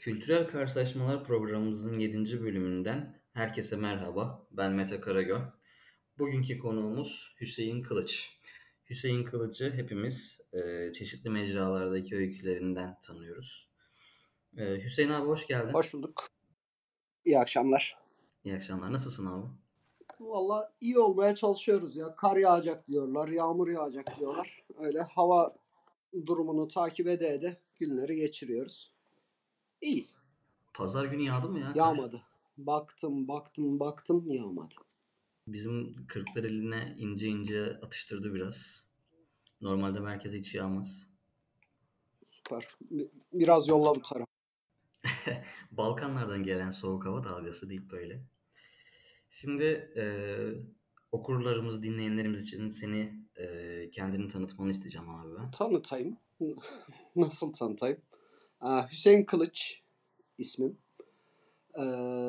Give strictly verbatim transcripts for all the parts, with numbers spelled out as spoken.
Kültürel Karşılaşmalar programımızın yedinci bölümünden herkese merhaba. Ben Mete Karagöl. Bugünkü konuğumuz Hüseyin Kılıç. Hüseyin Kılıç'ı hepimiz e, çeşitli mecralardaki öykülerinden tanıyoruz. E, Hüseyin abi hoş geldin. Hoş bulduk. İyi akşamlar. İyi akşamlar. Nasılsın abi? Valla iyi olmaya çalışıyoruz ya. Kar yağacak diyorlar, yağmur yağacak diyorlar. Öyle hava durumunu takip ede ede günleri geçiriyoruz. İyiyiz. Pazar günü yağdı mı ya kar? Yağmadı. Baktım, baktım, baktım yağmadı. Bizim Kırklareli'ne ince ince atıştırdı biraz. Normalde merkeze hiç yağmaz. Süper. Biraz yolla bu tarafa. Balkanlardan gelen soğuk hava dalgası deyip böyle. Şimdi e, okurlarımız, dinleyenlerimiz için seni e, kendini tanıtmanı isteyeceğim abi ben. Tanıtayım. Nasıl tanıtayım? Aa, Hüseyin Kılıç ismim. Ee,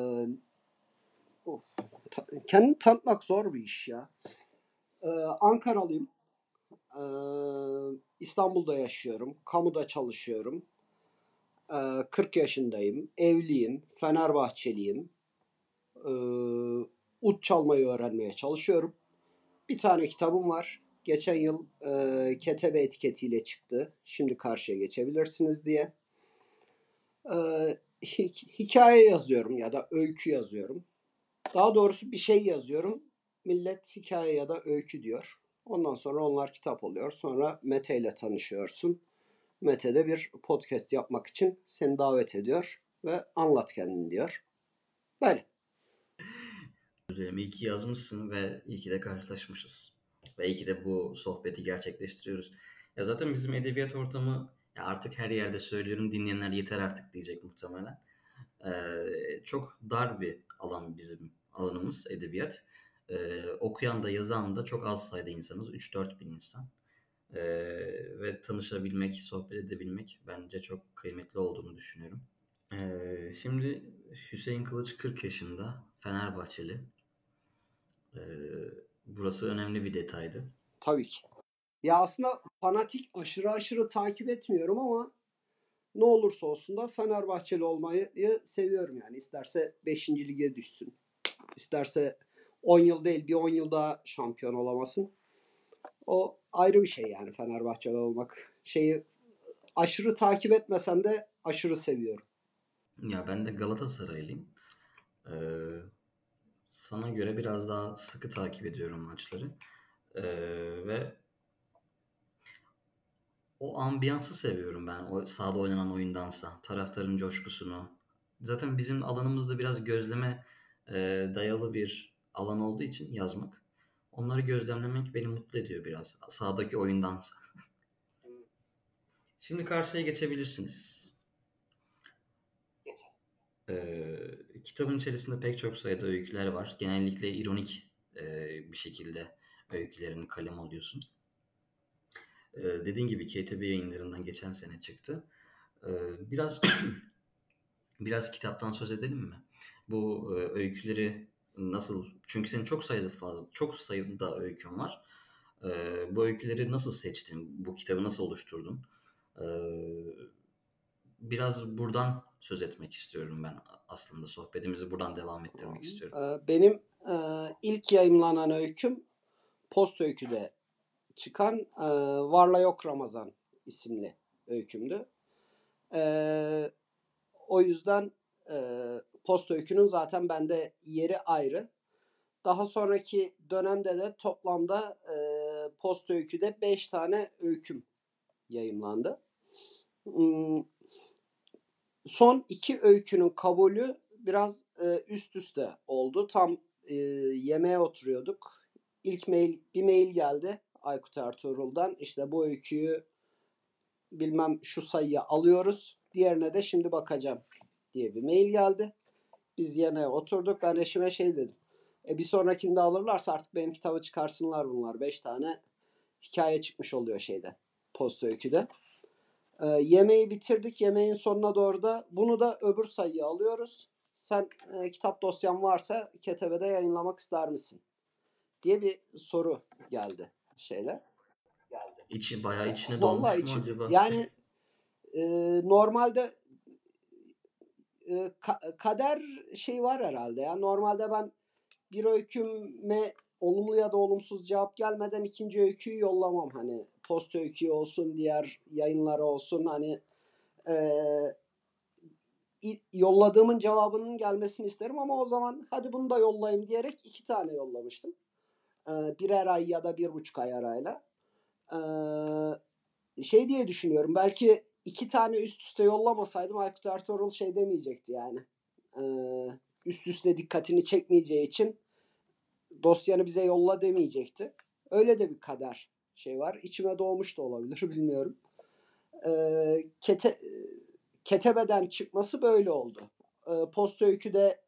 of. Ta- kendini tanıtmak zor bir iş ya. Ee, Ankaralıyım. Ee, İstanbul'da yaşıyorum. Kamuda çalışıyorum. Ee, kırk yaşındayım. Evliyim. Fenerbahçeliyim. Ee, Ut çalmayı öğrenmeye çalışıyorum. Bir tane kitabım var. Geçen yıl e, Ketebe etiketiyle çıktı. Şimdi karşıya geçebilirsiniz diye. Ee, hikaye yazıyorum ya da öykü yazıyorum. Daha doğrusu bir şey yazıyorum. Millet hikaye ya da öykü diyor. Ondan sonra onlar kitap oluyor. Sonra Mete ile tanışıyorsun. Mete de bir podcast yapmak için seni davet ediyor ve anlat kendini diyor. Böyle. Üzerime iyi ki yazmışsın ve iyi ki de karşılaşmışız. Ve iyi ki de bu sohbeti gerçekleştiriyoruz. Ya zaten bizim edebiyat ortamı ya artık her yerde söylüyorum, dinleyenler yeter artık diyecek muhtemelen. Ee, çok dar bir alan bizim alanımız edebiyat. Ee, okuyan da yazan da çok az sayıda insanız. üç dört bin insan. Ee, ve tanışabilmek, sohbet edebilmek bence çok kıymetli olduğunu düşünüyorum. Ee, şimdi Hüseyin Kılıç kırk yaşında, Fenerbahçeli. Ee, burası önemli bir detaydı. Tabii ki. Ya aslında fanatik aşırı aşırı takip etmiyorum ama ne olursa olsun da Fenerbahçeli olmayı seviyorum yani. İsterse beşinci lige düşsün. İsterse on yıl değil bir on yıl daha şampiyon olamasın. O ayrı bir şey yani Fenerbahçeli olmak. Şeyi aşırı takip etmesem de aşırı seviyorum. Ya ben de Galatasaraylıyım. Ee, sana göre biraz daha sıkı takip ediyorum maçları. Ee, ve o ambiyansı seviyorum ben. O sahada oynanan oyundansa. Taraftarın coşkusunu. Zaten bizim alanımızda biraz gözleme e, dayalı bir alan olduğu için yazmak. Onları gözlemlemek beni mutlu ediyor biraz. Sahadaki oyundansa. Şimdi karşıya geçebilirsiniz. Ee, kitabın içerisinde pek çok sayıda öyküler var. Genellikle ironik e, bir şekilde öykülerini kalem alıyorsun. Ee, dediğin gibi K T B yayınlarından geçen sene çıktı. Ee, biraz biraz kitaptan söz edelim mi? Bu e, öyküleri nasıl? Çünkü senin çok sayıda fazla, çok sayıda öykün var. Ee, bu öyküleri nasıl seçtin? Bu kitabı nasıl oluşturdun? Ee, biraz buradan söz etmek istiyorum ben aslında. Sohbetimizi buradan devam ettirmek istiyorum. Benim e, ilk yayımlanan öyküm Post Öykü'de çıkan e, Varla Yok Ramazan isimli öykümdü. E, o yüzden e, Post Öykü'nün zaten bende yeri ayrı. Daha sonraki dönemde de toplamda e, Post Öykü'de beş tane öyküm yayımlandı. Hmm, son iki öykünün kabulü biraz e, üst üste oldu. Tam e, yemeğe oturuyorduk. İlk mail, bir mail geldi Aykut Ertuğrul'dan. İşte bu öyküyü bilmem şu sayıya alıyoruz. Diğerine de şimdi bakacağım diye bir mail geldi. Biz yemeğe oturduk. Ben eşime şey dedim. E bir sonrakinde alırlarsa artık benim kitabı çıkarsınlar bunlar. Beş tane hikaye çıkmış oluyor şeyde. Post Öykü'de. E, yemeği bitirdik. Yemeğin sonuna doğru da bunu da öbür sayıya alıyoruz. Sen e, kitap dosyan varsa Ketebe'de yayınlamak ister misin? Diye bir soru geldi şeyle. İçi bayağı içine Vallahi donmuş mu içi acaba? yani e, normalde e, ka- kader şey var herhalde ya. Normalde ben bir öyküme olumlu ya da olumsuz cevap gelmeden ikinci öyküyü yollamam. Hani post öykü olsun, diğer yayınlara olsun. Hani e, yolladığımın cevabının gelmesini isterim ama o zaman hadi bunu da yollayayım diyerek iki tane yollamıştım. E, birer ay ya da bir buçuk ay arayla. E, şey diye düşünüyorum. Belki iki tane üst üste yollamasaydım Aykut Ertuğrul şey demeyecekti yani. E, üst üste dikkatini çekmeyeceği için dosyanı bize yolla demeyecekti. Öyle de bir kader şey var. İçime doğmuş da olabilir bilmiyorum. Ee, kete, Ketebeden çıkması böyle oldu. Ee, Post Öykü'de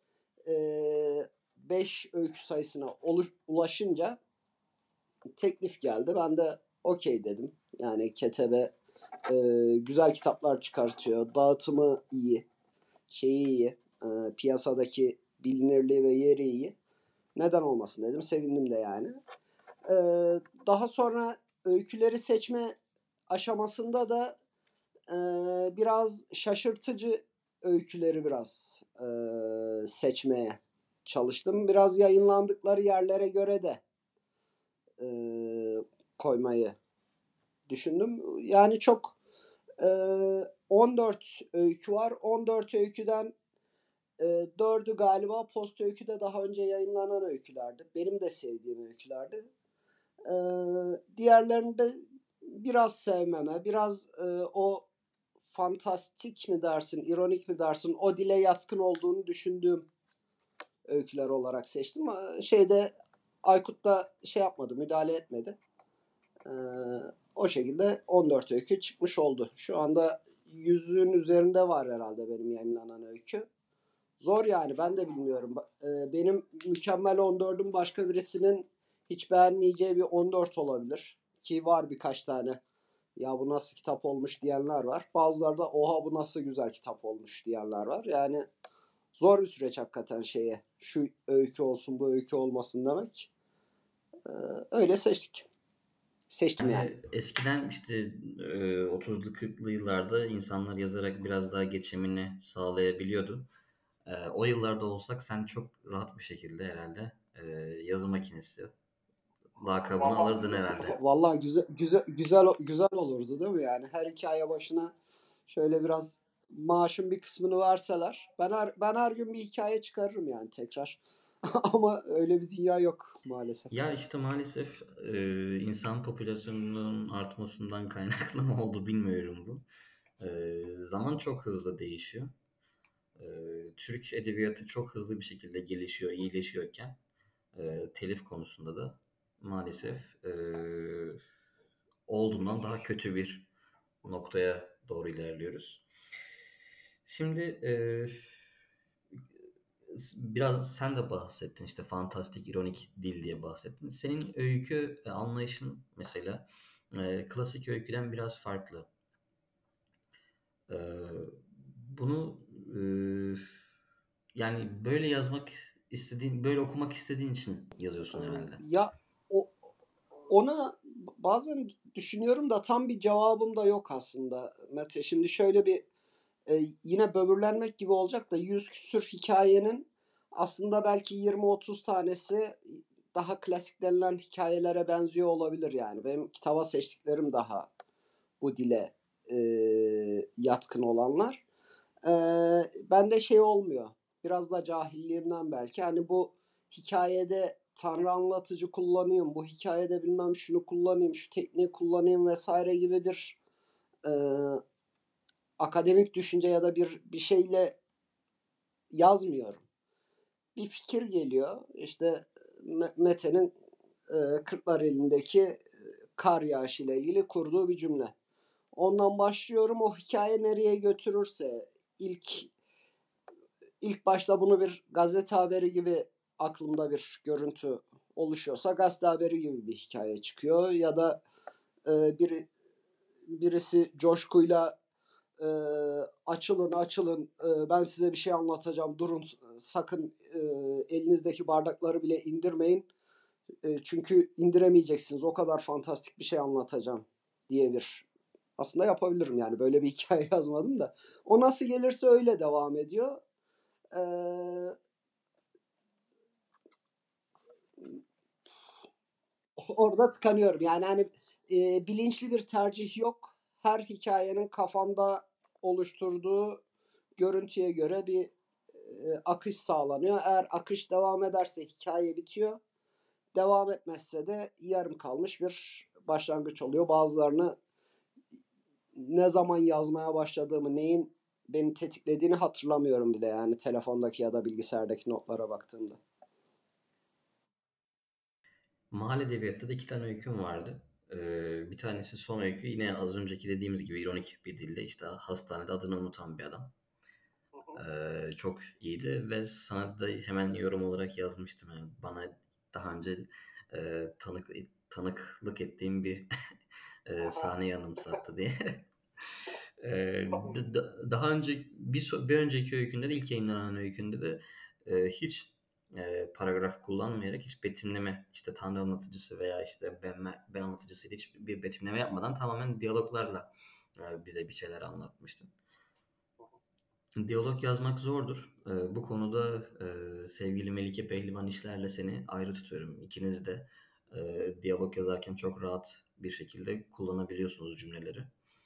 beş öykü sayısına oluş, ulaşınca teklif geldi. Ben de okey dedim. Yani Ketebe e, güzel kitaplar çıkartıyor. Dağıtımı iyi. Şeyi iyi. E, piyasadaki bilinirliği ve yeri iyi. Neden olmasın dedim. Sevindim de yani. Ee, daha sonra öyküleri seçme aşamasında da e, biraz şaşırtıcı öyküleri biraz e, seçmeye çalıştım. Biraz yayınlandıkları yerlere göre de e, koymayı düşündüm. Yani çok e, on dört öykü var. on dört öyküden e, dördü galiba Post Öykü'de daha önce yayınlanan öykülerdi. Benim de sevdiğim öykülerdi. Ee, diğerlerini de biraz sevmeme, biraz e, o fantastik mi dersin, ironik mi dersin, o dile yatkın olduğunu düşündüğüm öyküler olarak seçtim. Ama şeyde Aykut da şey yapmadı, müdahale etmedi. Ee, o şekilde on dört öykü çıkmış oldu. Şu anda yüzün üzerinde var herhalde benim yayınlanan öykü. Zor yani, ben de bilmiyorum. Ee, benim mükemmel on dördüm başka birisinin hiç beğenmeyeceği bir on dört olabilir. Ki var birkaç tane. Ya bu nasıl kitap olmuş diyenler var. Bazıları da oha bu nasıl güzel kitap olmuş diyenler var. Yani zor bir süreç hakikaten şeye. Şu öykü olsun bu öykü olmasın demek. Ee, öyle seçtik. Seçtim yani. Yani eskiden işte e, otuzlu kırklı yıllarda insanlar yazarak biraz daha geçimini sağlayabiliyordu. E, o yıllarda olsak sen çok rahat bir şekilde herhalde e, yazı makinesi lakabını Vallahi alırdın herhalde. vallahi güzel güzel güzel güzel olurdu değil mi yani? Her hikaye başına şöyle biraz maaşın bir kısmını verseler. Ben her, ben her gün bir hikaye çıkarırım yani tekrar. Ama öyle bir dünya yok maalesef. Ya işte maalesef e, insan popülasyonunun artmasından kaynaklı mı oldu bilmiyorum bu. E, zaman çok hızlı değişiyor. E, Türk edebiyatı çok hızlı bir şekilde gelişiyor, iyileşiyorken e, telif konusunda da maalesef e, olduğundan daha kötü bir noktaya doğru ilerliyoruz. Şimdi e, biraz sen de bahsettin işte fantastik, ironik dil diye bahsettin. Senin öykü e, anlayışın mesela e, klasik öyküden biraz farklı. E, bunu e, yani böyle yazmak istediğin, böyle okumak istediğin için Ee, yazıyorsun herhalde. ya o ona bazen düşünüyorum da tam bir cevabım da yok aslında Mete. Şimdi şöyle bir e, yine böbürlenmek gibi olacak da yüz küsür hikayenin aslında belki yirmi otuz tanesi daha klasik denilen hikayelere benziyor olabilir yani. Benim kitaba seçtiklerim daha bu dile e, yatkın olanlar. E, bende şey olmuyor. Biraz da cahilliğimden belki. Hani bu hikayede tanrı anlatıcı kullanayım, bu hikayede bilmem şunu kullanayım, şu tekniği kullanayım vesaire gibi bir e, akademik düşünce ya da bir bir şeyle yazmıyorum. Bir fikir geliyor. İşte Mete'nin e, Kırklar elindeki e, kar yağışı ile ilgili kurduğu bir cümle. Ondan başlıyorum. O hikaye nereye götürürse ilk ilk başta bunu bir gazete haberi gibi aklımda bir görüntü oluşuyorsa gazete haberi gibi bir hikaye çıkıyor ya da e, biri birisi coşkuyla e, açılın açılın e, ben size bir şey anlatacağım durun sakın e, elinizdeki bardakları bile indirmeyin e, çünkü indiremeyeceksiniz o kadar fantastik bir şey anlatacağım diye bir aslında yapabilirim yani böyle bir hikaye yazmadım da o nasıl gelirse öyle devam ediyor. eee orada tıkanıyorum. Yani, hani, eee, bilinçli bir tercih yok. Her hikayenin kafamda oluşturduğu görüntüye göre bir, eee, akış sağlanıyor. Eğer akış devam ederse hikaye bitiyor. Devam etmezse de yarım kalmış bir başlangıç oluyor. Bazılarını ne zaman yazmaya başladığımı, neyin beni tetiklediğini hatırlamıyorum bile, yani telefondaki ya da bilgisayardaki notlara baktığımda. Mahal Edebiyat'ta da iki tane öyküm vardı. Ee, bir tanesi son öykü. Yine az önceki dediğimiz gibi ironik bir dilde işte hastanede adını unutan bir adam. Hı hı. Ee, çok iyiydi ve sana da hemen yorum olarak yazmıştım. Yani bana daha önce e, tanık tanıklık ettiğim bir Hı e, hı. sahneyi anımsattı diye. Ee, d- d- daha önce bir, so- bir önceki öykünde de ilk yayınlanan öykünde de e, hiç e, paragraf kullanmayarak hiç betimleme işte Tanrı anlatıcısı veya işte ben, ben anlatıcısıyla hiçbir betimleme yapmadan tamamen diyaloglarla e, bize bir şeyler anlatmıştı. Diyalog yazmak zordur. E, bu konuda e, sevgili Melike Pehlivan işlerle seni ayrı tutuyorum. İkiniz de e, diyalog yazarken çok rahat bir şekilde kullanabiliyorsunuz cümleleri.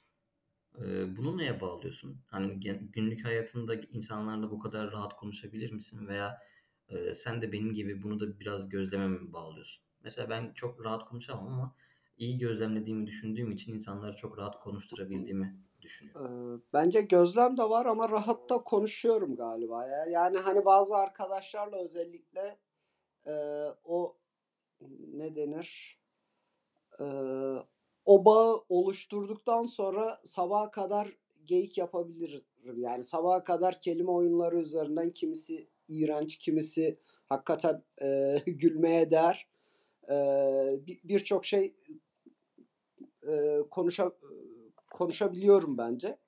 Ee, bunu neye bağlıyorsun? Hani gen- günlük hayatında insanlarla bu kadar rahat konuşabilir misin? Veya e, sen de benim gibi bunu da biraz gözlememe mi bağlıyorsun? Mesela ben çok rahat konuşamam ama iyi gözlemlediğimi düşündüğüm için insanları çok rahat konuşturabildiğimi düşünüyorum. Eee, bence gözlem de var ama rahat da konuşuyorum galiba ya. Yani, hani, bazı arkadaşlarla özellikle, eee, o ne denir? Eee, o bağı oluşturduktan sonra sabaha kadar geyik yapabilirim. Yani sabaha kadar kelime oyunları üzerinden kimisi iğrenç, kimisi hakikaten, eee, gülmeye değer. Eee, bi birçok şey, eee, konuşa konuşabiliyorum bence.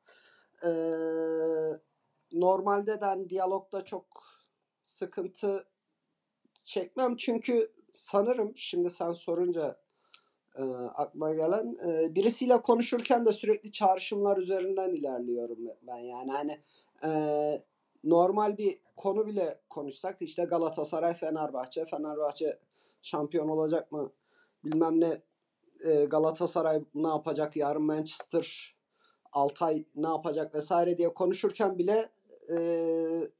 Eee, normalde de, hani, diyalogda çok sıkıntı çekmem çünkü sanırım şimdi sen sorunca Eee, aklıma gelen, eee, birisiyle konuşurken de sürekli çağrışımlar üzerinden ilerliyorum ben. Yani, hani, eee, normal bir konu bile konuşsak, işte, Galatasaray, Fenerbahçe, Fenerbahçe şampiyon olacak mı, bilmem ne, eee, Galatasaray ne yapacak, yarın Manchester, Altay ne yapacak vesaire diye konuşurken bile, eee,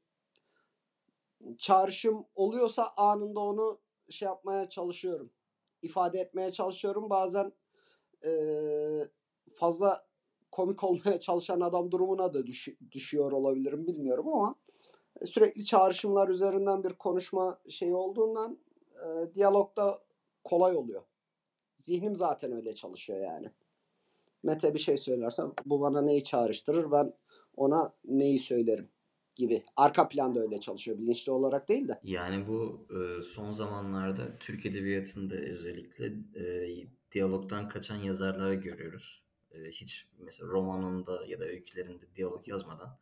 çağrışım oluyorsa anında onu şey yapmaya çalışıyorum, ifade etmeye çalışıyorum. Bazen Eee, fazla komik olmaya çalışan adam durumuna da düş düşüyor olabilirim, bilmiyorum ama sürekli çağrışımlar üzerinden bir konuşma şeyi olduğundan, eee, diyalog da kolay oluyor. Zihnim zaten öyle çalışıyor yani. Mete bir şey söylerse bu bana neyi çağrıştırır, ben ona neyi söylerim gibi. Arka planda öyle çalışıyor, bilinçli olarak değil de. Yani bu e, son zamanlarda Türk Edebiyatı'nda özellikle e, diyalogdan kaçan yazarları görüyoruz. E, hiç mesela romanında ya da öykülerinde diyalog yazmadan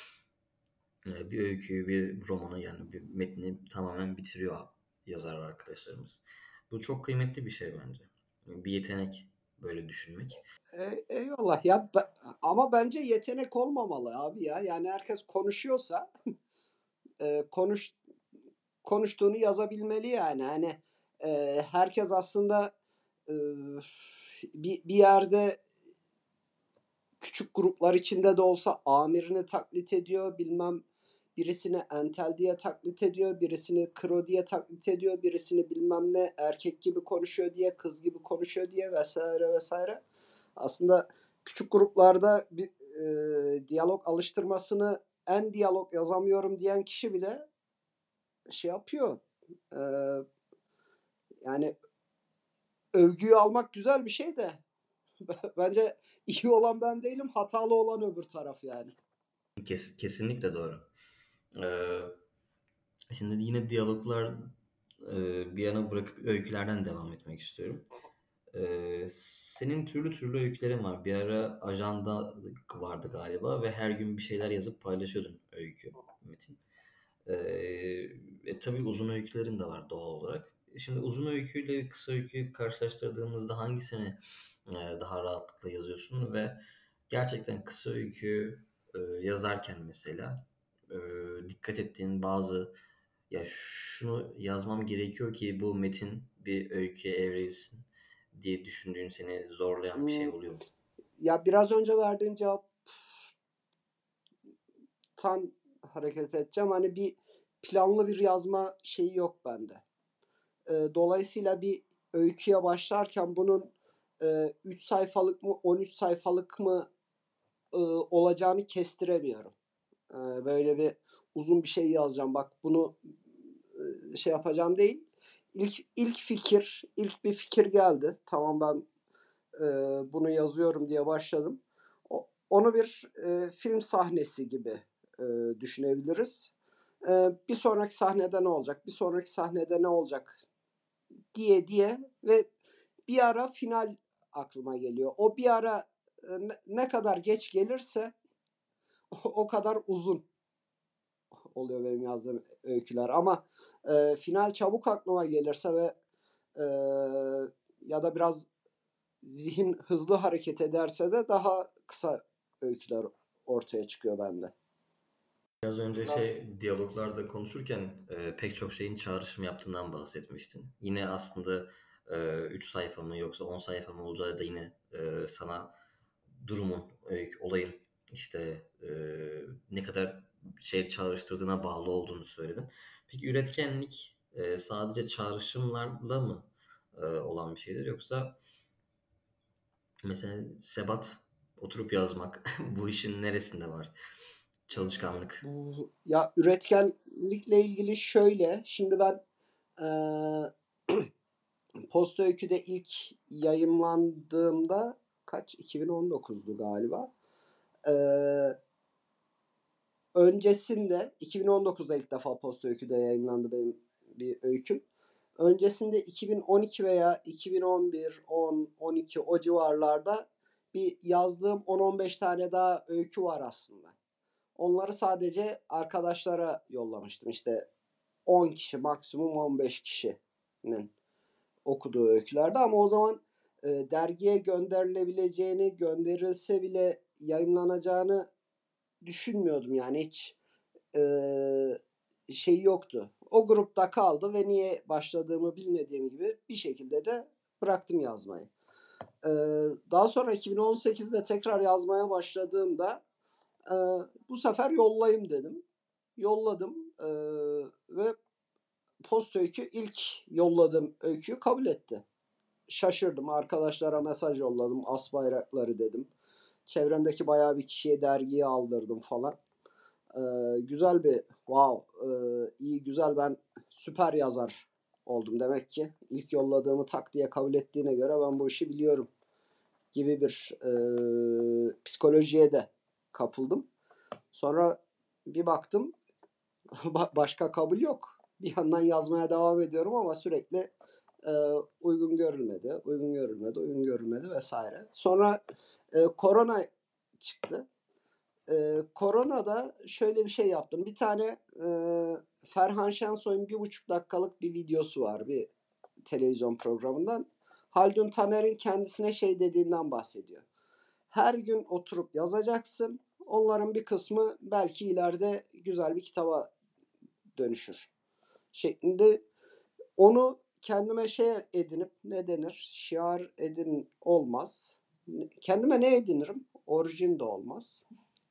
e, bir öyküyü, bir romanı yani bir metni tamamen bitiriyor yazar arkadaşlarımız. Bu çok kıymetli bir şey bence. Bir yetenek böyle düşünmek. E eyvallah ya, be ama bence yetenek olmamalı abi ya. Yani herkes konuşuyorsa, eee, konuş konuştuğunu yazabilmeli yani. Hani, eee, herkes aslında, ııı, bir bir yerde küçük gruplar içinde de olsa amirini taklit ediyor, bilmem birisini entel diye taklit ediyor, birisini kro diye taklit ediyor, birisini bilmem ne erkek gibi konuşuyor diye, kız gibi konuşuyor diye vesaire vesaire. Aslında küçük gruplarda bir, eee, diyalog alıştırmasını en diyalog yazamıyorum diyen kişi bile şey yapıyor, eee, yani övgüyü almak güzel bir şey de bence iyi olan ben değilim, hatalı olan öbür taraf yani. Kes, kesinlikle doğru. Ee, Şimdi yine diyaloglar e, bir yana bırakıp öykülerden devam etmek istiyorum. Ee, senin türlü türlü öykülerin var. Bir ara ajanda vardı galiba ve her gün bir şeyler yazıp paylaşıyordun öykü, metin. Ee, e, tabii uzun öykülerin de var doğal olarak. Şimdi uzun öyküyle kısa öyküyü karşılaştırdığımızda hangisini e, daha rahatlıkla yazıyorsun ve gerçekten kısa öykü e, yazarken mesela e, dikkat ettiğin bazı ya şunu yazmam gerekiyor ki bu metin bir öyküye evrilsin diye düşündüğün seni zorlayan bir şey Hmm, oluyor mu? ya biraz önce verdiğim cevaptan hareket edeceğim. Hani bir planlı bir yazma şeyi yok bende. E, dolayısıyla bir öyküye başlarken bunun e, üç sayfalık mı on üç sayfalık mı e, olacağını kestiremiyorum. E, böyle bir uzun bir şey yazacağım. Bak bunu e, şey yapacağım değil. İlk ilk fikir, ilk bir fikir geldi. Tamam ben e, bunu yazıyorum diye başladım. O, onu bir e, film sahnesi gibi e, düşünebiliriz. E, bir sonraki sahnede ne olacak? Bir sonraki sahnede ne olacak? Diye diye ve bir ara final aklıma geliyor. O bir ara e, ne kadar geç gelirse o kadar uzun oluyor benim yazdığım öyküler. Ama e, final çabuk aklıma gelirse ve e, ya da biraz zihin hızlı hareket ederse de daha kısa öyküler ortaya çıkıyor bende. Biraz önce şey diyaloglarda konuşurken e, pek çok şeyin çağrışım yaptığından bahsetmiştin. Yine aslında üç sayfa mı yoksa on sayfa mı olacağı da yine e, sana durumun, öykü, olayın işte e, ne kadar şey çağrıştırdığına bağlı olduğunu söyledin. Peki üretkenlik e, sadece çağrışımlarla mı e, olan bir şeydir yoksa mesela sebat oturup yazmak bu işin neresinde var? Çalışkanlık. Bu ya üretkenlikle ilgili şöyle. Şimdi ben e, Post Öykü'de ilk yayımlandığımda kaç? iki bin on dokuzdu galiba. Ee, öncesinde iki bin on dokuzda ilk defa Post Öykü'de yayınlandı benim bir öyküm. Öncesinde iki bin on iki veya iki bin on bir, on, on iki o civarlarda bir yazdığım on on beş tane daha öykü var aslında. Onları sadece arkadaşlara yollamıştım. İşte on kişi maksimum on beş kişinin okuduğu öykülerde ama o zaman e, dergiye gönderilebileceğini, gönderilse bile yayınlanacağını düşünmüyordum yani hiç e, şey yoktu. O grupta kaldı ve niye başladığımı bilmediğim gibi bir şekilde de bıraktım yazmayı. E, daha sonra iki bin on sekizde tekrar yazmaya başladığımda e, bu sefer yollayayım dedim. Yolladım e, ve Post Öykü ilk yolladığım öyküyü kabul etti. Şaşırdım. Arkadaşlara mesaj yolladım. As bayrakları dedim. Çevremdeki bayağı bir kişiye dergiyi aldırdım falan. Ee, güzel bir wow, e, iyi güzel ben süper yazar oldum demek ki. İlk yolladığımı tak diye kabul ettiğine göre ben bu işi biliyorum gibi bir e, psikolojiye de kapıldım. Sonra bir baktım başka kabul yok. Bir yandan yazmaya devam ediyorum ama sürekli e, uygun görülmedi, uygun görülmedi, uygun görülmedi vesaire. Sonra e, korona çıktı. E, koronada şöyle bir şey yaptım. Bir tane e, Ferhan Şensoy'un bir buçuk dakikalık bir videosu var bir televizyon programından. Haldun Taner'in kendisine şey dediğinden bahsediyor. Her gün oturup yazacaksın. Onların bir kısmı belki ileride güzel bir kitaba dönüşür şeklinde onu kendime şey edinip ne denir? Şiar edin olmaz. Kendime ne edinirim? Orijin de olmaz.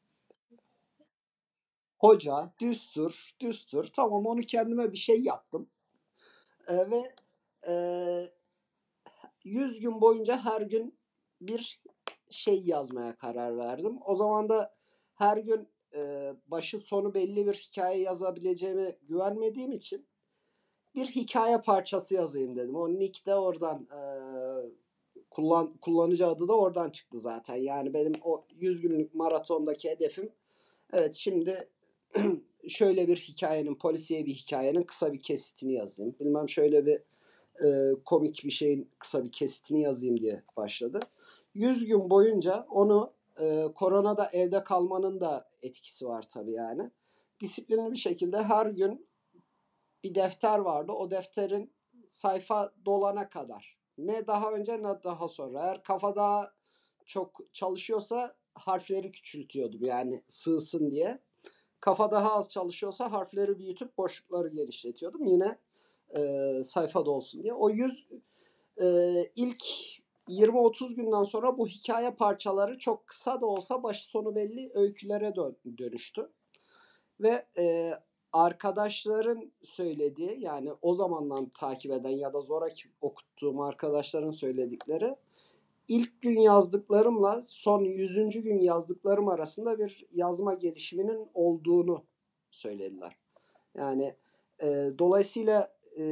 Hoca, düstur, düstur. Tamam onu kendime bir şey yaptım. Ee, ve e, yüz gün boyunca her gün bir şey yazmaya karar verdim. O zaman da her gün e, başı sonu belli bir hikaye yazabileceğime güvenmediğim için bir hikaye parçası yazayım dedim. O nick de oradan e, kullan, kullanıcı adı da oradan çıktı zaten. Yani benim o yüz günlük maratondaki hedefim evet şimdi şöyle bir hikayenin polisiye bir hikayenin kısa bir kesitini yazayım. Bilmem şöyle bir e, komik bir şeyin kısa bir kesitini yazayım diye başladı. yüz gün boyunca onu e, koronada evde kalmanın da etkisi var tabii yani. Disiplinli bir şekilde her gün bir defter vardı. O defterin sayfa dolana kadar. Ne daha önce ne daha sonra. Eğer kafa daha çok çalışıyorsa harfleri küçültüyordum yani sığsın diye. Kafa daha az çalışıyorsa harfleri büyütüp boşlukları genişletiyordum. Yine e, sayfa dolsun diye. O yüz e, ilk yirmi otuz günden sonra bu hikaye parçaları çok kısa da olsa başı sonu belli öykülere dönüştü. Ve e, arkadaşların söylediği, yani o zamandan takip eden ya da zoraki okuttuğum arkadaşların söyledikleri, ilk gün yazdıklarımla son yüzüncü gün yazdıklarım arasında bir yazma gelişiminin olduğunu söylediler. Yani e, dolayısıyla e,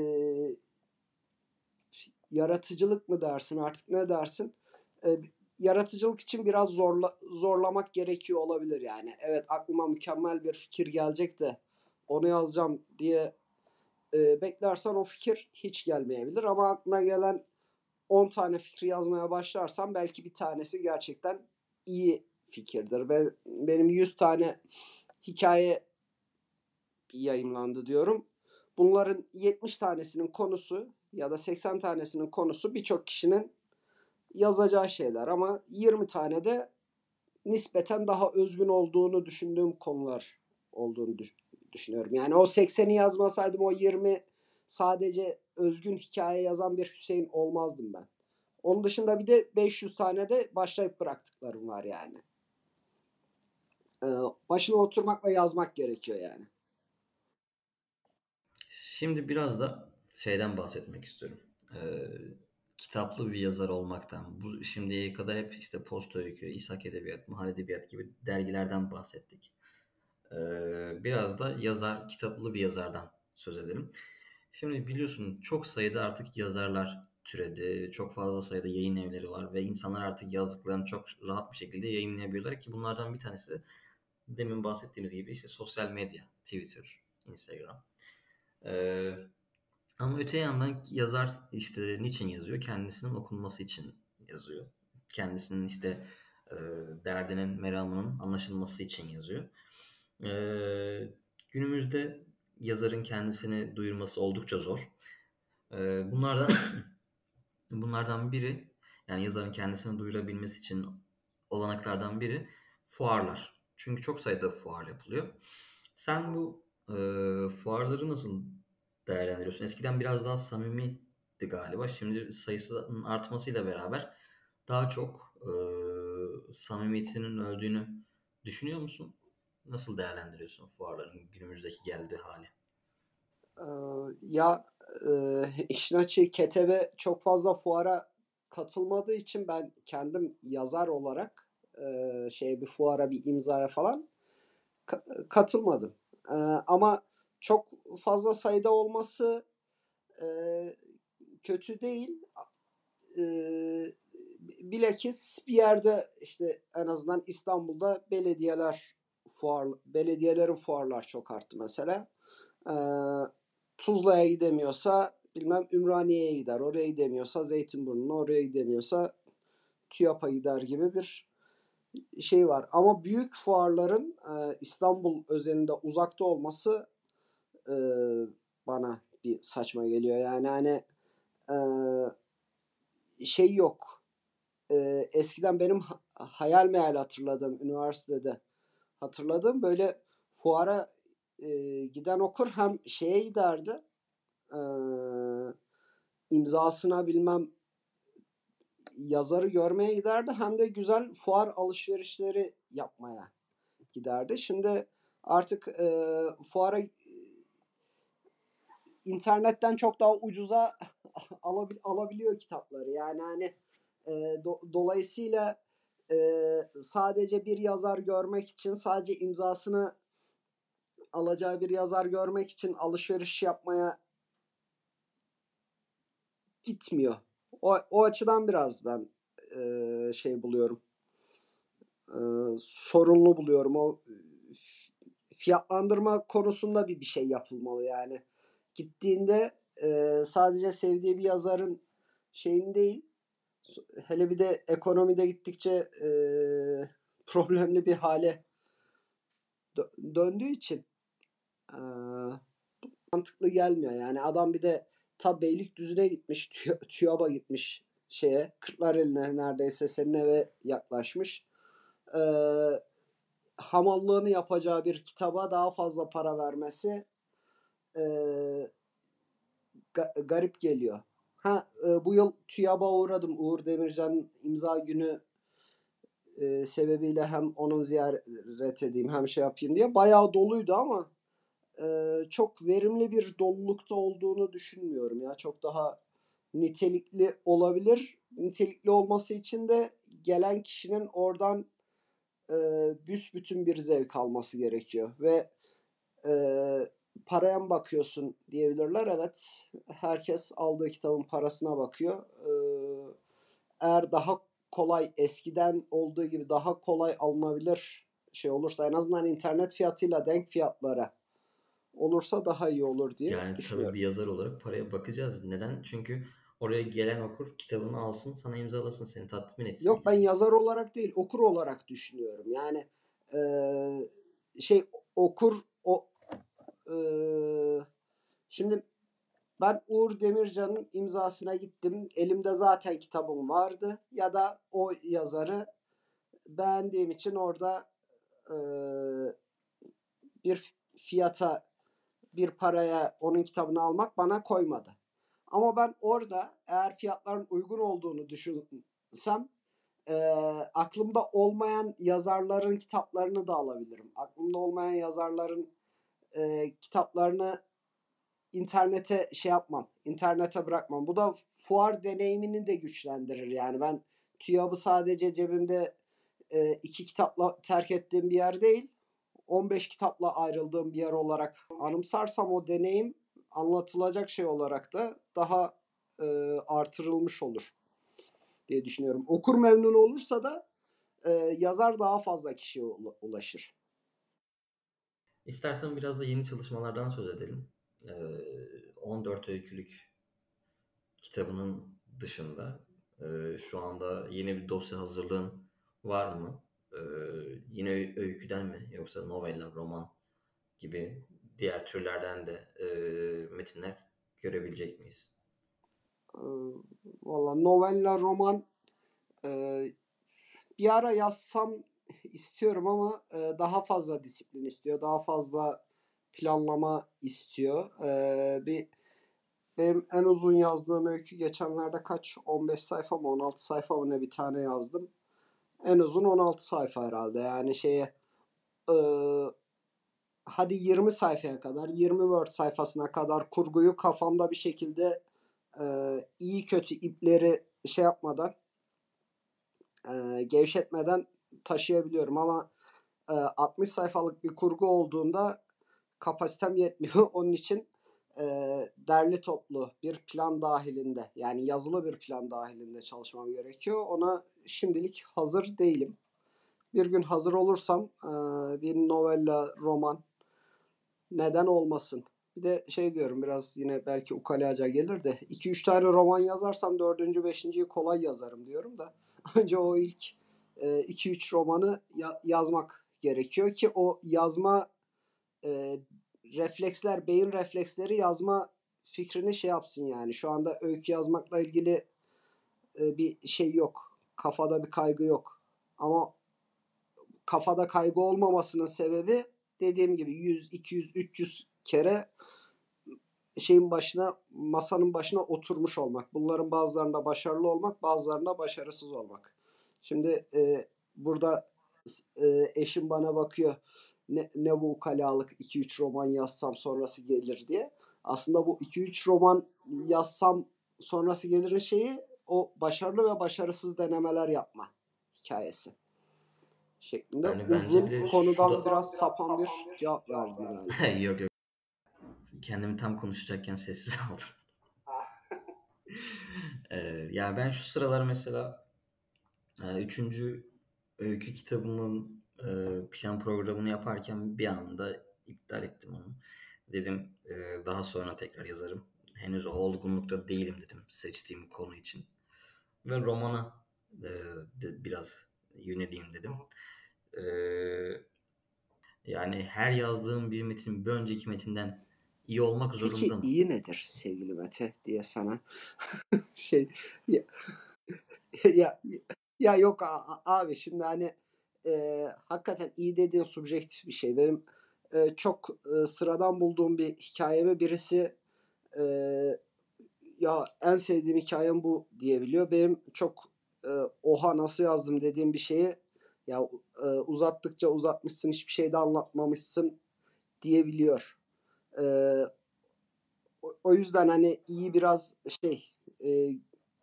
yaratıcılık mı dersin artık ne dersin? E, yaratıcılık için biraz zorla, zorlamak gerekiyor olabilir yani. Evet, aklıma mükemmel bir fikir gelecek de onu yazacağım diye e, beklersen o fikir hiç gelmeyebilir. Ama aklına gelen on tane fikri yazmaya başlarsan belki bir tanesi gerçekten iyi fikirdir. Ben, benim yüz tane hikaye yayınlandı diyorum. Bunların yetmiş tanesinin konusu ya da seksen tanesinin konusu birçok kişinin yazacağı şeyler, ama yirmi tane de nispeten daha özgün olduğunu düşündüğüm konular olduğunu düşünüyorum. Yani o sekseni yazmasaydım o yirmi sadece özgün hikaye yazan bir Hüseyin olmazdım ben. Onun dışında bir de beş yüz tane de başlayıp bıraktıklarım var yani. Ee, başına oturmak ve yazmak gerekiyor yani. Şimdi biraz da şeyden bahsetmek istiyorum. Ee, kitaplı bir yazar olmaktan. Bu şimdiye kadar hep işte Posta Öykü, İshak Edebiyat, Mahal Edebiyat gibi dergilerden bahsettik. Ee, biraz da yazar, kitaplı bir yazardan söz edelim. Şimdi biliyorsun çok sayıda artık yazarlar türedi. Çok fazla sayıda yayın evleri var ve insanlar artık yazdıklarını çok rahat bir şekilde yayınlayabiliyorlar ki bunlardan bir tanesi de demin bahsettiğimiz gibi işte sosyal medya, Twitter, Instagram. Ee, ama öte yandan yazar işte niçin yazıyor? Kendisinin okunması için yazıyor. Kendisinin işte e, derdinin, meramının anlaşılması için yazıyor. Ee, günümüzde yazarın kendisini duyurması oldukça zor. Ee, bunlardan bunlardan biri, yani yazarın kendisini duyurabilmesi için olanaklardan biri fuarlar. Çünkü çok sayıda fuar yapılıyor. Sen bu e, fuarları nasıl değerlendiriyorsun? Eskiden biraz daha samimiydi galiba. Şimdi sayısının artmasıyla beraber daha çok e, samimiyetinin öldüğünü düşünüyor musun? Nasıl değerlendiriyorsun fuarların günümüzdeki geldiği hali? Ee, ya e, işin açığı Ketebe çok fazla fuara katılmadığı için ben kendim yazar olarak e, şey bir fuara, bir imzaya falan ka- katılmadım. Ee, ama çok fazla sayıda olması e, kötü değil. Ee, bilakis bir yerde işte en azından İstanbul'da belediyeler fuar belediyelerin fuarlar çok arttı mesela. Ee, Tuzla'ya gidemiyorsa bilmem Ümraniye'ye gider. Oraya gidemiyorsa Zeytinburnu'na, oraya gidemiyorsa TÜYAP'a gider gibi bir şey var. Ama büyük fuarların e, İstanbul özelinde uzakta olması e, bana bir saçma geliyor. Yani hani e, şey yok. E, eskiden benim ha- hayal meyal hatırladığım üniversitede hatırladığım böyle fuara e, giden okur hem şeye giderdi, e, imzasına bilmem yazarı görmeye giderdi, hem de güzel fuar alışverişleri yapmaya giderdi. Şimdi artık e, fuara internetten çok daha ucuza alabil, alabiliyor kitapları. Yani hani e, do, dolayısıyla e, sadece bir yazar görmek için, sadece imzasını alacağı bir yazar görmek için alışveriş yapmaya gitmiyor. O, o açıdan biraz ben e, şey buluyorum. E, sorunlu buluyorum. O fiyatlandırma konusunda bir bir şey yapılmalı yani. Gittiğinde e, sadece sevdiği bir yazarın şeyin değil, hele bir de ekonomide gittikçe e, problemli bir hale dö- döndüğü için e, mantıklı gelmiyor. Yani adam bir de ta Beylikdüzü'ne gitmiş, Tü- TÜYAP'a gitmiş şeye, Kırklareli'ne neredeyse senin eve yaklaşmış. Ee, hamallığını yapacağı bir kitaba daha fazla para vermesi e, ga- garip geliyor. Ha e, bu yıl TÜYAB'a uğradım. Uğur Demircan'ın imza günü e, sebebiyle hem onun ziyaret edeyim hem şey yapayım diye. Bayağı doluydu ama e, çok verimli bir dolulukta olduğunu düşünmüyorum ya. Çok daha nitelikli olabilir. Nitelikli olması için de gelen kişinin oradan e, büsbütün bir zevk alması gerekiyor. Ve e, paraya mı bakıyorsun diyebilirler. Evet, herkes aldığı kitabın parasına bakıyor. E, eğer daha kolay, eskiden olduğu gibi daha kolay alınabilir şey olursa, en azından internet fiyatıyla denk fiyatlara olursa daha iyi olur diye Yani tabii bir düşünüyorum. yazar olarak paraya bakacağız. Neden? Çünkü oraya gelen okur kitabını alsın, sana imzalasın, seni tatmin etsin Yok, ben yani. yazar olarak değil, okur olarak düşünüyorum. Yani e, şey okur o e, şimdi ben Uğur Demircan'ın imzasına gittim. Elimde zaten kitabım vardı. Ya da o yazarı beğendiğim için orada e, bir fiyata, bir paraya onun kitabını almak bana koymadı. Ama ben orada eğer fiyatların uygun olduğunu düşünsem e, aklımda olmayan yazarların kitaplarını da alabilirim. Aklımda olmayan yazarların e, kitaplarını internete şey yapmam. İnternete bırakmam. Bu da fuar deneyimini de güçlendirir. Yani ben TÜYAB'ı sadece cebimde e, iki kitapla terk ettiğim bir yer değil, on beş kitapla ayrıldığım bir yer olarak anımsarsam o deneyim anlatılacak şey olarak da daha e, artırılmış olur diye düşünüyorum. Okur memnun olursa da e, yazar daha fazla kişiye ulaşır. İstersen biraz da yeni çalışmalardan söz edelim. Ee, on dört öykülük kitabının dışında e, şu anda yeni bir dosya hazırlığın var mı? Ee, yine öyküden mi yoksa novella, roman gibi diğer türlerden de e, metinler görebilecek miyiz? E, Valla novella, roman e, bir ara yazsam istiyorum ama e, daha fazla disiplin istiyor. Daha fazla planlama istiyor. E, bir Benim en uzun yazdığım öykü geçenlerde kaç? on beş sayfa mı on altı sayfa mı ne bir tane yazdım. En uzun on altı sayfa herhalde. Yani şeye e, hadi yirmi sayfaya kadar, yirmi Word sayfasına kadar kurguyu kafamda bir şekilde e, iyi kötü ipleri şey yapmadan, e, gevşetmeden taşıyabiliyorum ama e, altmış sayfalık bir kurgu olduğunda kapasitem yetmiyor. Onun için e, derli toplu bir plan dahilinde, yani yazılı bir plan dahilinde çalışmam gerekiyor. Ona şimdilik hazır değilim. Bir gün hazır olursam e, bir novella, roman neden olmasın. Bir de şey diyorum, biraz yine belki ukalaca gelir de iki üç tane roman yazarsam dördüncü beşinciyi kolay yazarım diyorum da önce o ilk iki üç romanı ya- yazmak gerekiyor ki o yazma e, refleksler, beyin refleksleri yazma fikrini şey yapsın yani. Şu anda öykü yazmakla ilgili e, bir şey yok. Kafada bir kaygı yok. Ama kafada kaygı olmamasının sebebi dediğim gibi yüz, iki yüz, üç yüz kere şeyin başına, masanın başına oturmuş olmak. Bunların bazılarında başarılı olmak, bazılarında başarısız olmak. Şimdi e, burada e, eşim bana bakıyor. Ne, ne bu ukalalık, iki üç roman yazsam sonrası gelir diye. Aslında bu iki üç roman yazsam sonrası gelirin şeyi o başarılı ve başarısız denemeler yapma hikayesi şeklinde Yani bence bir uzun, de şu konudan da biraz sapan bir cevap verdim galiba. yok yok. Kendimi tam konuşacakken sessiz aldım. Ee, ya ben şu sıralar mesela e, üçüncü öykü kitabımın e, plan programını yaparken bir anda iptal ettim onu. Dedim e, daha sonra tekrar yazarım. Henüz o olgunlukta değilim dedim seçtiğim konu için. Ve romana e, de biraz yöneleyim dedim. E, yani her yazdığım bir metin bir önceki metinden iyi olmak zorunda Peki mı? iyi nedir sevgili Mete diye sana şey ya, ya, ya yok abi, şimdi hani e, hakikaten iyi dediğin subjektif bir şey. Benim e, çok e, sıradan bulduğum bir hikayemi birisi e, ya en sevdiğim hikayem bu diyebiliyor. Benim çok e, oha nasıl yazdım dediğim bir şeyi ya e, uzattıkça uzatmışsın, hiçbir şey de anlatmamışsın diyebiliyor. E, o, o yüzden hani iyi biraz şey e,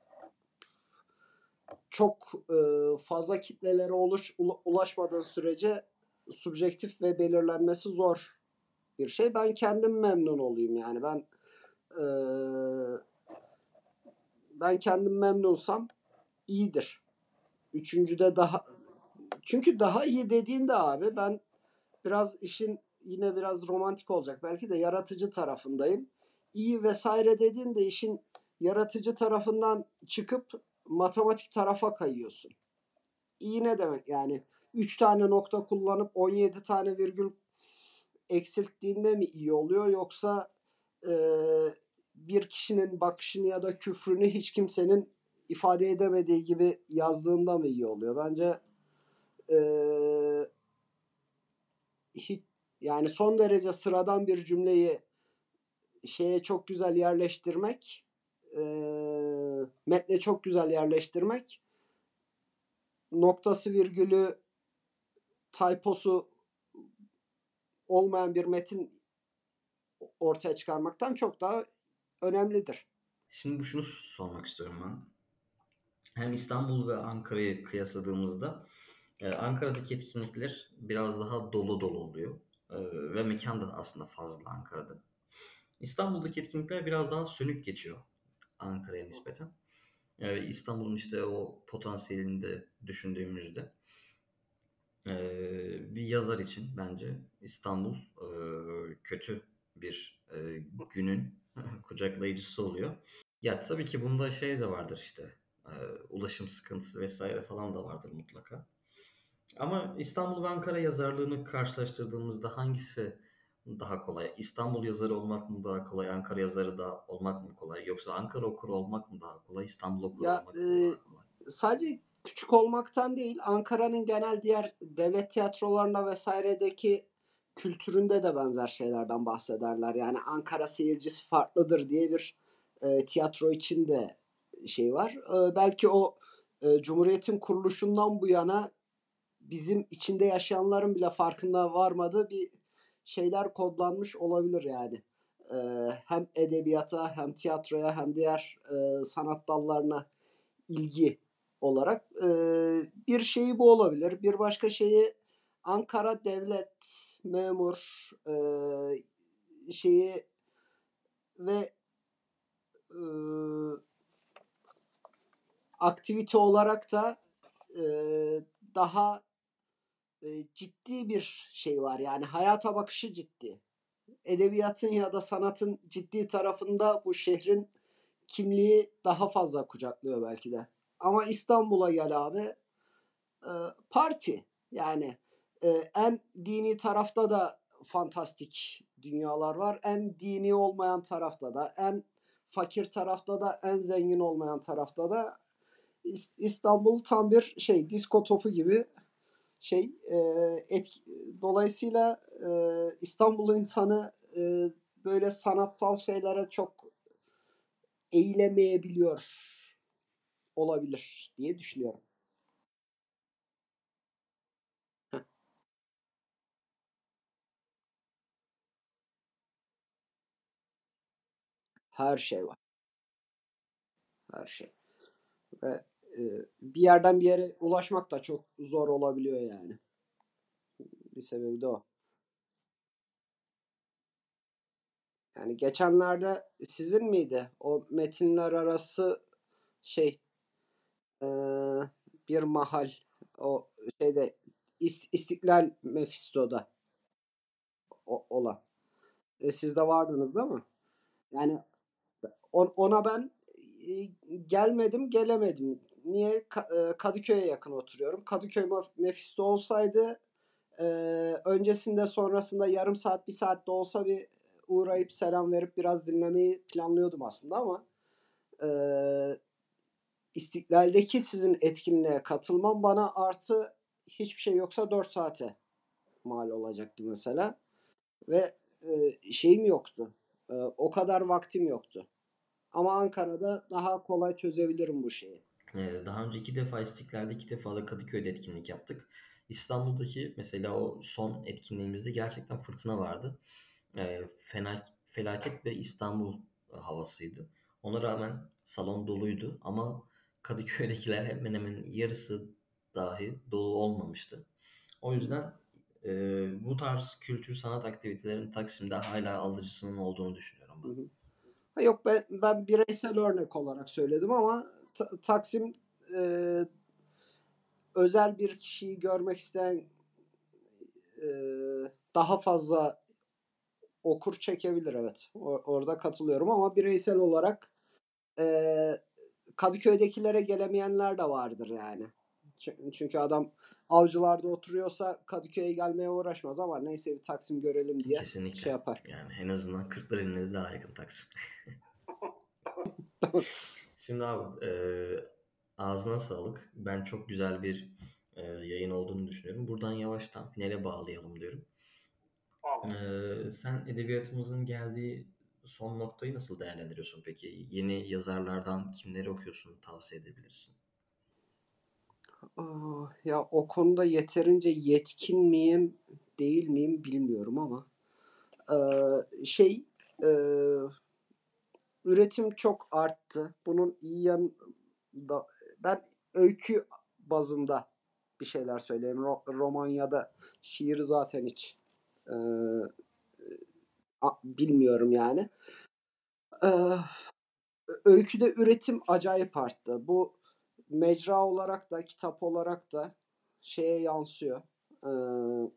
çok e, fazla kitlelere uluş, ulaşmadığı sürece subjektif ve belirlenmesi zor bir şey. Ben kendim memnun olayım yani. Ben e, ben kendim memnunsam iyidir. Üçüncüde daha çünkü daha iyi dediğinde abi ben biraz işin yine biraz romantik olacak. Belki de yaratıcı tarafındayım. İyi vesaire dediğinde işin yaratıcı tarafından çıkıp matematik tarafa kayıyorsun. İyi ne demek yani? üç tane nokta kullanıp on yedi tane virgül eksilttiğinde mi iyi oluyor yoksa e, bir kişinin bakışını ya da küfrünü hiç kimsenin ifade edemediği gibi yazdığında mı iyi oluyor? Bence e, hiç, yani son derece sıradan bir cümleyi şeye çok güzel yerleştirmek, e, metne çok güzel yerleştirmek, noktası virgülü typosu olmayan bir metin ortaya çıkarmaktan çok daha önemlidir. Şimdi şunu sormak istiyorum ben. Hem İstanbul ve Ankara'yı kıyasladığımızda e, Ankara'daki etkinlikler biraz daha dolu dolu oluyor. E, ve mekan da aslında fazla Ankara'da. İstanbul'daki etkinlikler biraz daha sönük geçiyor Ankara'ya nispeten. E, İstanbul'un işte o potansiyelini de düşündüğümüzde e, bir yazar için bence İstanbul e, kötü bir e, günün kucaklayıcısı oluyor. Ya tabii ki bunda şey de vardır işte. e, ulaşım sıkıntısı vesaire falan da vardır mutlaka. Ama İstanbul ve Ankara yazarlığını karşılaştırdığımızda hangisi daha kolay? İstanbul yazarı olmak mı daha kolay, Ankara yazarı da olmak mı kolay? Yoksa Ankara okuru olmak mı daha kolay, İstanbul okuru Ya olmak mı e, daha kolay? sadece küçük olmaktan değil, Ankara'nın genel diğer devlet tiyatrolarına vesairedeki kültüründe de benzer şeylerden bahsederler. Yani Ankara seyircisi farklıdır diye bir e, tiyatro için de şey var. E, belki o e, Cumhuriyet'in kuruluşundan bu yana bizim içinde yaşayanların bile farkında varmadığı bir şeyler kodlanmış olabilir yani. Ee, hem edebiyata hem tiyatroya hem diğer e, sanat dallarına ilgi olarak e, bir şeyi bu olabilir. Bir başka şeyi Ankara devlet memur e, şeyi ve e, aktivite olarak da e, daha e, ciddi bir şey var. Yani hayata bakışı ciddi. Edebiyatın ya da sanatın ciddi tarafında bu şehrin kimliği daha fazla kucaklıyor belki de. Ama İstanbul'a gel abi e, parti. Yani e, en dini tarafta da fantastik dünyalar var. En dini olmayan tarafta da, en fakir tarafta da, en zengin olmayan tarafta da İstanbul tam bir şey disko topu gibi şey e, etki, dolayısıyla e, İstanbul insanı e, böyle sanatsal şeylere çok eğilemeyebiliyor olabilir diye düşünüyorum. Her şey var. Her şey. Ve e, bir yerden bir yere ulaşmak da çok zor olabiliyor yani. Bir sebebi de o. Yani geçenlerde sizin miydi? O metinler arası şey e, bir mahal o şeyde İst- İstiklal Mefisto'da o- olan. E, siz de vardınız değil mi? Yani on- ona ben e, gelmedim, gelemedim. Niye? Ka- e, Kadıköy'e yakın oturuyorum. Kadıköy Mef- Mefisto olsaydı e, öncesinde sonrasında yarım saat, bir saat de olsa bir uğrayıp selam verip biraz dinlemeyi planlıyordum aslında ama e, İstiklal'deki sizin etkinliğe katılmam bana artı hiçbir şey yoksa dört saate mal olacaktı mesela. Ve e, şeyim yoktu. E, o kadar vaktim yoktu. Ama Ankara'da daha kolay çözebilirim bu şeyi. Ee, daha önce iki defa İstiklal'de, iki defa da Kadıköy'de etkinlik yaptık. İstanbul'daki mesela o son etkinliğimizde gerçekten fırtına vardı. Ee, fena, felaket ve İstanbul e, havasıydı. Ona rağmen salon doluydu ama Kadıköy'dekiler hemen hemen yarısı dahi dolu olmamıştı. O yüzden e, bu tarz kültür sanat aktivitelerinin Taksim'de hala alıcısının olduğunu düşünüyorum Hı ben. hı. Ha, yok ben, ben bireysel örnek olarak söyledim ama Ta- Taksim e, özel bir kişiyi görmek isteyen e, daha fazla okur çekebilir, evet. O- orada katılıyorum ama bireysel olarak e, Kadıköy'dekilere gelemeyenler de vardır yani. Çü- Çünkü adam Avcılar'da oturuyorsa Kadıköy'e gelmeye uğraşmaz ama neyse bir Taksim görelim diye şey Kesinlikle. yapar. Yani en azından Kırklareli'ne de daha yakın Taksim. Şimdi abi e, ağzına sağlık. Ben çok güzel bir e, yayın olduğunu düşünüyorum. Buradan yavaştan finale bağlayalım diyorum. E, sen edebiyatımızın geldiği son noktayı nasıl değerlendiriyorsun peki? Yeni yazarlardan kimleri okuyorsun, tavsiye edebilirsin? Aa, ya o konuda yeterince yetkin miyim, değil miyim bilmiyorum ama eee, şey eee, üretim çok arttı. Bunun iyi yanı da ben öykü bazında bir şeyler söyleyeyim. Ro- roman ya da şiir zaten hiç eee, a- bilmiyorum yani. Eee, öyküde üretim acayip arttı. Bu mecra olarak da kitap olarak da şeye yansıyor. Eee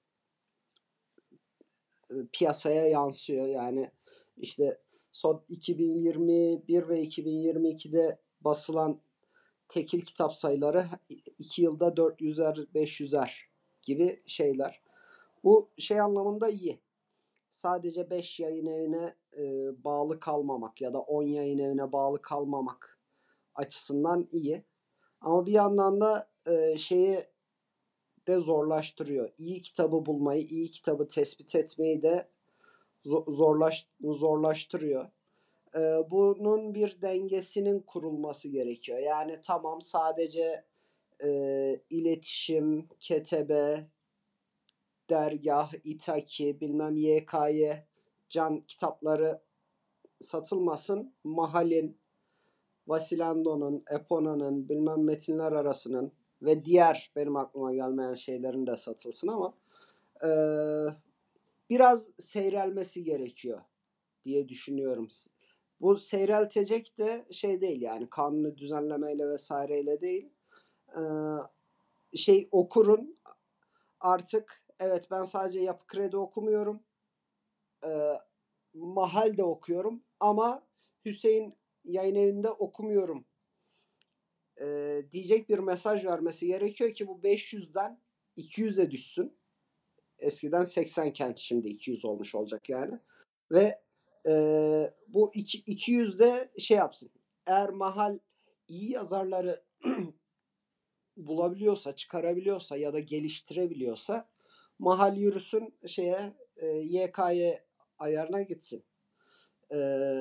piyasaya yansıyor. Yani işte son iki bin yirmi bir ve iki bin yirmi ikide basılan tekil kitap sayıları iki yılda dört yüzer beş yüzer gibi şeyler. Bu şey anlamında iyi. Sadece beş yayın evine e, bağlı kalmamak ya da on yayın evine bağlı kalmamak açısından iyi. Ama bir yandan da e, şeyi de zorlaştırıyor. İyi kitabı bulmayı, iyi kitabı tespit etmeyi de zorlaş, zorlaştırıyor. Ee, bunun bir dengesinin kurulması gerekiyor. Yani tamam sadece e, iletişim, ketebe, dergah, itaki, bilmem Y K Y, can kitapları satılmasın. Mahal'in, Vasilendo'nun, Epona'nın, bilmem Metinler Arası'nın ve diğer benim aklıma gelmeyen şeylerin de satılsın ama e, biraz seyrelmesi gerekiyor diye düşünüyorum. Bu seyreltecek de şey değil yani kanunu düzenlemeyle vesaireyle değil. Ee, şey okurun artık evet ben sadece Yapı Kredi okumuyorum. Ee, Mahal de okuyorum ama Hüseyin Yayın Evi'nde okumuyorum ee, diyecek bir mesaj vermesi gerekiyor ki bu beş yüzden iki yüze düşsün. Eskiden seksen iken şimdi iki yüz olmuş olacak yani. Ve e, bu iki, iki yüz de şey yapsın. Eğer Mahal iyi yazarları bulabiliyorsa, çıkarabiliyorsa ya da geliştirebiliyorsa Mahal yürüsün şeye e, Y K Y ayarına gitsin. E,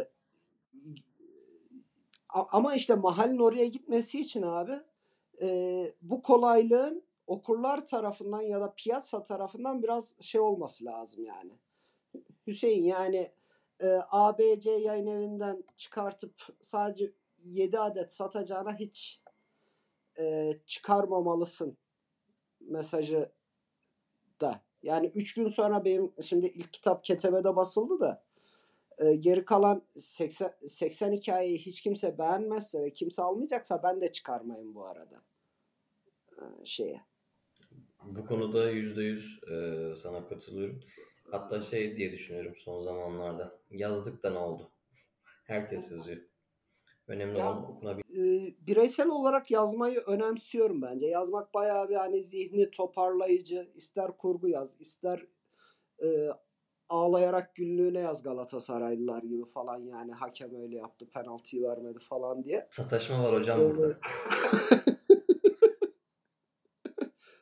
ama işte Mahal'in oraya gitmesi için abi e, bu kolaylığın okurlar tarafından ya da piyasa tarafından biraz şey olması lazım yani. Hüseyin yani e, A B C yayın evinden çıkartıp sadece yedi adet satacağına hiç e, çıkarmamalısın mesajı da. Yani üç gün sonra benim şimdi ilk kitap Ketebe'de basıldı da e, geri kalan seksen, seksen hikayeyi hiç kimse beğenmezse ve kimse almayacaksa ben de çıkarmayın bu arada e, şeye. Bu konuda yüzde yüz e, sana katılıyorum. Hatta şey diye düşünüyorum son zamanlarda. Yazdık da ne oldu? Herkes yazıyor. Önemli Ya olan okunabilmek. e, bireysel olarak yazmayı önemsiyorum bence. Yazmak bayağı bir hani zihni toparlayıcı. İster kurgu yaz, ister e, ağlayarak günlüğüne yaz Galatasaraylılar gibi falan yani hakem öyle yaptı penaltıyı vermedi falan diye. Sataşma var hocam E, burada.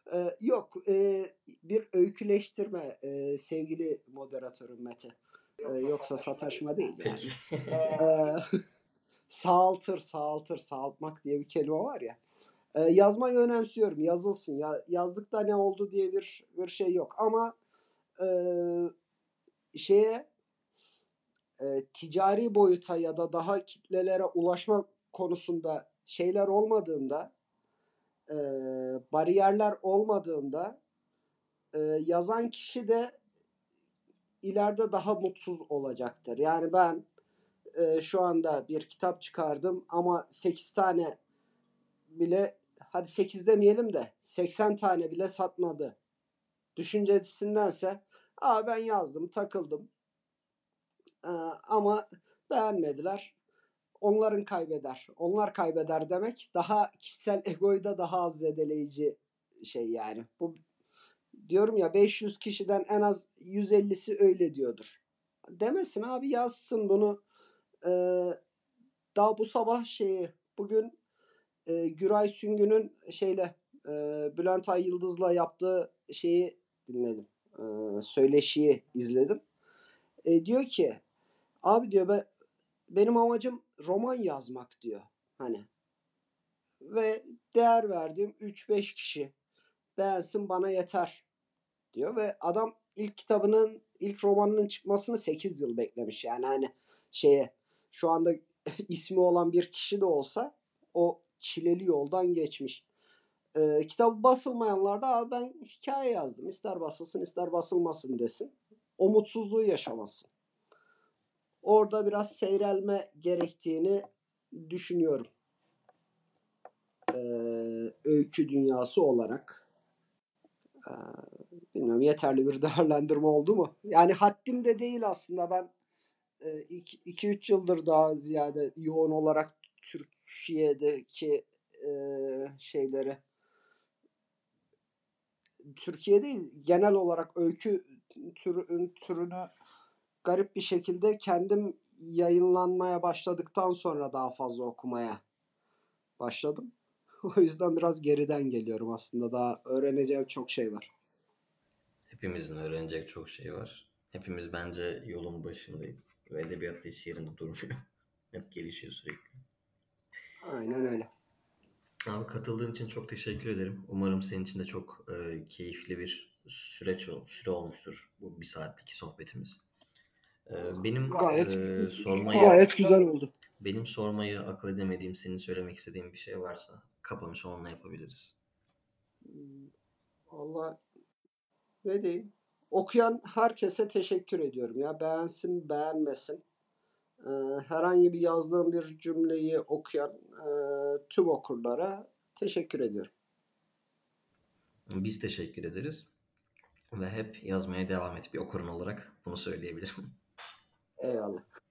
Ee, yok, e, bir öyküleştirme e, sevgili moderatörüm Mete. Ee, yoksa sataşma değil yani. Peki. Ee, sağaltır, sağaltır, sağaltmak diye bir kelime var ya. Ee, yazmayı önemsiyorum, yazılsın. Ya, yazdıkta ne oldu diye bir bir şey yok. Ama e, şeye e, ticari boyuta ya da daha kitlelere ulaşma konusunda şeyler olmadığında, e, bariyerler olmadığında e, yazan kişi de ileride daha mutsuz olacaktır. Yani ben e, şu anda bir kitap çıkardım ama sekiz tane bile, hadi sekiz demeyelim de seksen tane bile satmadı düşüncesindense, aa ben yazdım, takıldım e, ama beğenmediler. Onların kaybeder. Onlar kaybeder demek daha kişisel egoyu da daha az zedeleyici şey yani. Bu diyorum ya, beş yüz kişiden en az yüz ellisi öyle diyordur. Demesin abi, yazsın bunu. Ee, daha bu sabah şeyi bugün e, Güray Süngü'nün şeyle e, Bülent Ay Yıldız'la yaptığı şeyi dinledim. E, söyleşiyi izledim. E, diyor ki abi diyor, ben, benim amacım roman yazmak diyor. Hani ve değer verdiğim üç beş kişi beğensin bana yeter diyor ve adam ilk kitabının, ilk romanının çıkmasını sekiz yıl beklemiş. Yani hani şeye, şu anda ismi olan bir kişi de olsa o çileli yoldan geçmiş. Ee, kitabı basılmayanlar da abi ben hikaye yazdım, İster basılsın ister basılmasın desin. O mutsuzluğu yaşamasın. Orada biraz seyrelme gerektiğini düşünüyorum. Ee, öykü dünyası olarak. Ee, bilmiyorum, yeterli bir değerlendirme oldu mu? Yani haddim de değil aslında, ben iki üç yıldır daha ziyade yoğun olarak Türkiye'deki e, şeyleri, Türkiye değil genel olarak öykü türü, türünü garip bir şekilde kendim yayınlanmaya başladıktan sonra daha fazla okumaya başladım. O yüzden biraz geriden geliyorum aslında. Daha öğreneceğim çok şey var. Hepimizin öğrenecek çok şey var. Hepimiz bence yolun başındayız. Ve edebiyat hiç yerinde durmuyor. Hep gelişiyor sürekli. Aynen öyle. Abi katıldığın için çok teşekkür ederim. Umarım senin için de çok e, keyifli bir süreç süre olmuştur bu bir saatlik sohbetimiz. E, benim Gayet e, sormayı gayet güzel oldu. benim sormayı akıl edemediğim, senin söylemek istediğin bir şey varsa kapanışı onunla yapabiliriz. Vallahi ne diyeyim? Okuyan herkese teşekkür ediyorum ya. Beğensin, beğenmesin. Ee, herhangi bir yazdığım bir cümleyi okuyan e, tüm okurlara teşekkür ediyorum. Biz teşekkür ederiz ve hep yazmaya devam et bir okurun olarak bunu söyleyebilirim. Eyvallah.